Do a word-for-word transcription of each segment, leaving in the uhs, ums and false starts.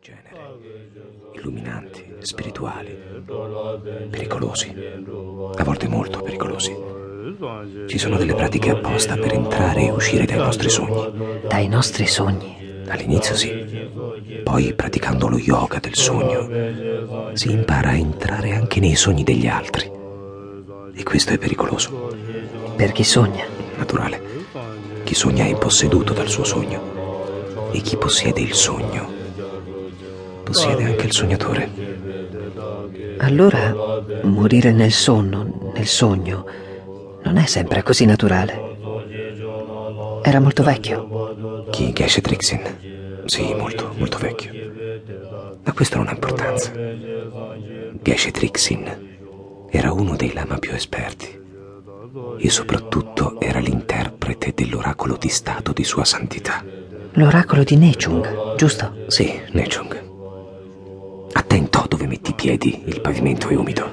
genere, illuminanti, spirituali, pericolosi, a volte molto pericolosi. Ci sono delle pratiche apposta per entrare e uscire dai nostri sogni. Dai nostri sogni? All'inizio sì, poi praticando lo yoga del sogno si impara a entrare anche nei sogni degli altri. E questo è pericoloso. Per chi sogna? Naturale. Chi sogna è posseduto dal suo sogno. E chi possiede il sogno possiede anche il sognatore. Allora, morire nel sonno, nel sogno, non è sempre così naturale. Era molto vecchio. Chi? Geshe Trixin? Sì, molto, molto vecchio. Ma questo non ha importanza. Geshe Trixin era uno dei lama più esperti e soprattutto era l'interprete dell'oracolo di stato di sua santità. L'oracolo di Nechung, giusto? Sì, Nechung. Attento dove metti i piedi, il pavimento è umido.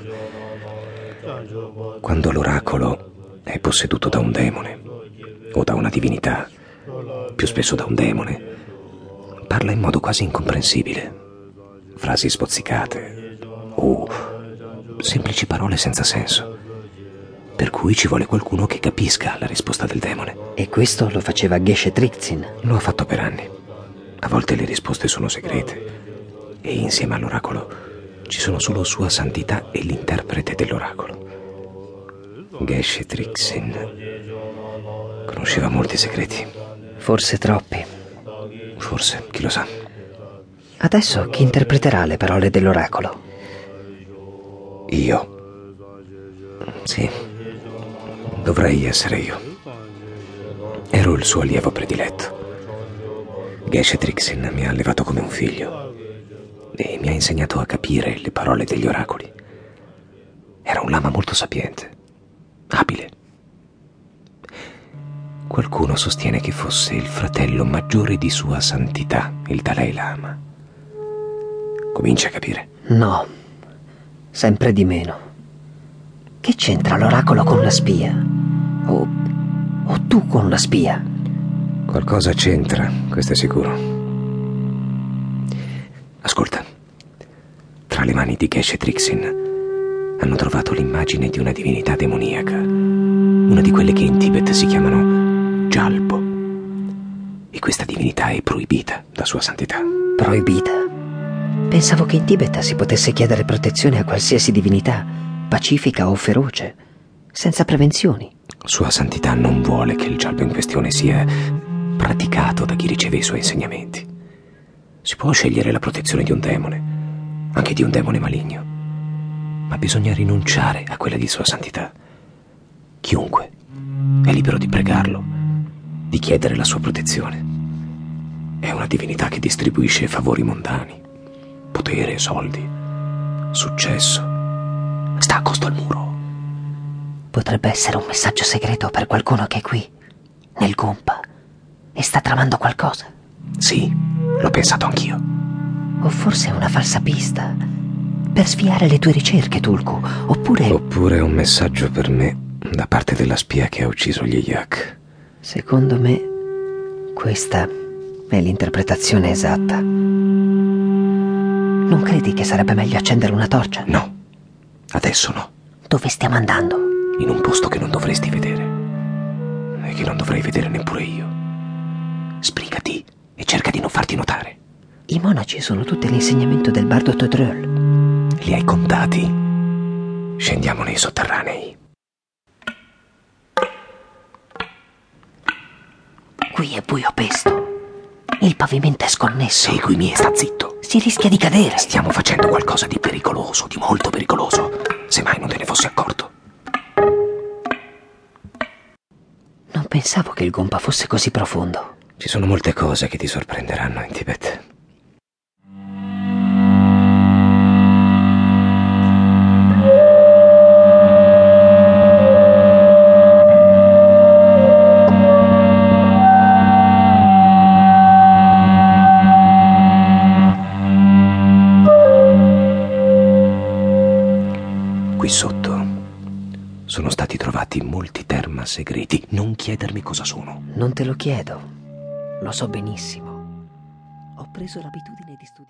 Quando l'oracolo è posseduto da un demone o da una divinità, più spesso da un demone, parla in modo quasi incomprensibile, frasi spozzicate o semplici parole senza senso, per cui ci vuole qualcuno che capisca la risposta del demone. E questo lo faceva Geshe Trixin? Lo ha fatto per anni. A volte le risposte sono segrete e insieme all'oracolo ci sono solo Sua Santità e l'interprete dell'oracolo. Geshe Trixin conosceva molti segreti. Forse troppi. Forse, chi lo sa. Adesso chi interpreterà le parole dell'oracolo? Io. Sì, dovrei essere io. Ero il suo allievo prediletto. Geshe Trixin mi ha allevato come un figlio e mi ha insegnato a capire le parole degli oracoli. Era un lama molto sapiente, abile. Qualcuno sostiene che fosse il fratello maggiore di Sua Santità, il Dalai Lama. Comincia a capire? No, sempre di meno. Che c'entra l'oracolo con la spia? O, o tu con la spia? Qualcosa c'entra, questo è sicuro. Ascolta, tra le mani di Geshe Trixin hanno trovato l'immagine di una divinità demoniaca, una di quelle che in Tibet si chiamano Jalpo. E questa divinità è proibita da Sua Santità. Proibita? Pensavo che in Tibet si potesse chiedere protezione a qualsiasi divinità, pacifica o feroce, senza prevenzioni. Sua Santità non vuole che il Jalpo in questione sia praticato da chi riceve i suoi insegnamenti. Si può scegliere la protezione di un demone, anche di un demone maligno, ma bisogna rinunciare a quella di Sua Santità. Chiunque è libero di pregarlo, di chiedere la sua protezione. È una divinità che distribuisce favori mondani, potere, soldi, successo. Sta accosto al muro. Potrebbe essere un messaggio segreto per qualcuno che è qui, nel Gompa, e sta tramando qualcosa. Sì, l'ho pensato anch'io. O forse è una falsa pista per sviare le tue ricerche, Tulku. Oppure... Oppure un messaggio per me da parte della spia che ha ucciso gli Yak. Secondo me questa è l'interpretazione esatta. Non credi che sarebbe meglio accendere una torcia? No, adesso no. Dove stiamo andando? In un posto che non dovresti vedere e che non dovrei vedere neppure io. Sbrigati e cerca di non farti notare. I monaci sono tutti all'insegnamento del bardo Todröl. Li hai contati? Scendiamo nei sotterranei. Qui è buio pesto. Il pavimento è sconnesso. Seguimi e sta zitto. Si rischia di cadere. Stiamo facendo qualcosa di pericoloso, di molto pericoloso. Se mai non te ne fossi accorto. Non pensavo che il Gompa fosse così profondo. Ci sono molte cose che ti sorprenderanno in Tibet. Qui sotto sono stati trovati molti terma segreti. Non chiedermi cosa sono. Non te lo chiedo. Lo so benissimo. Ho preso l'abitudine di studiare.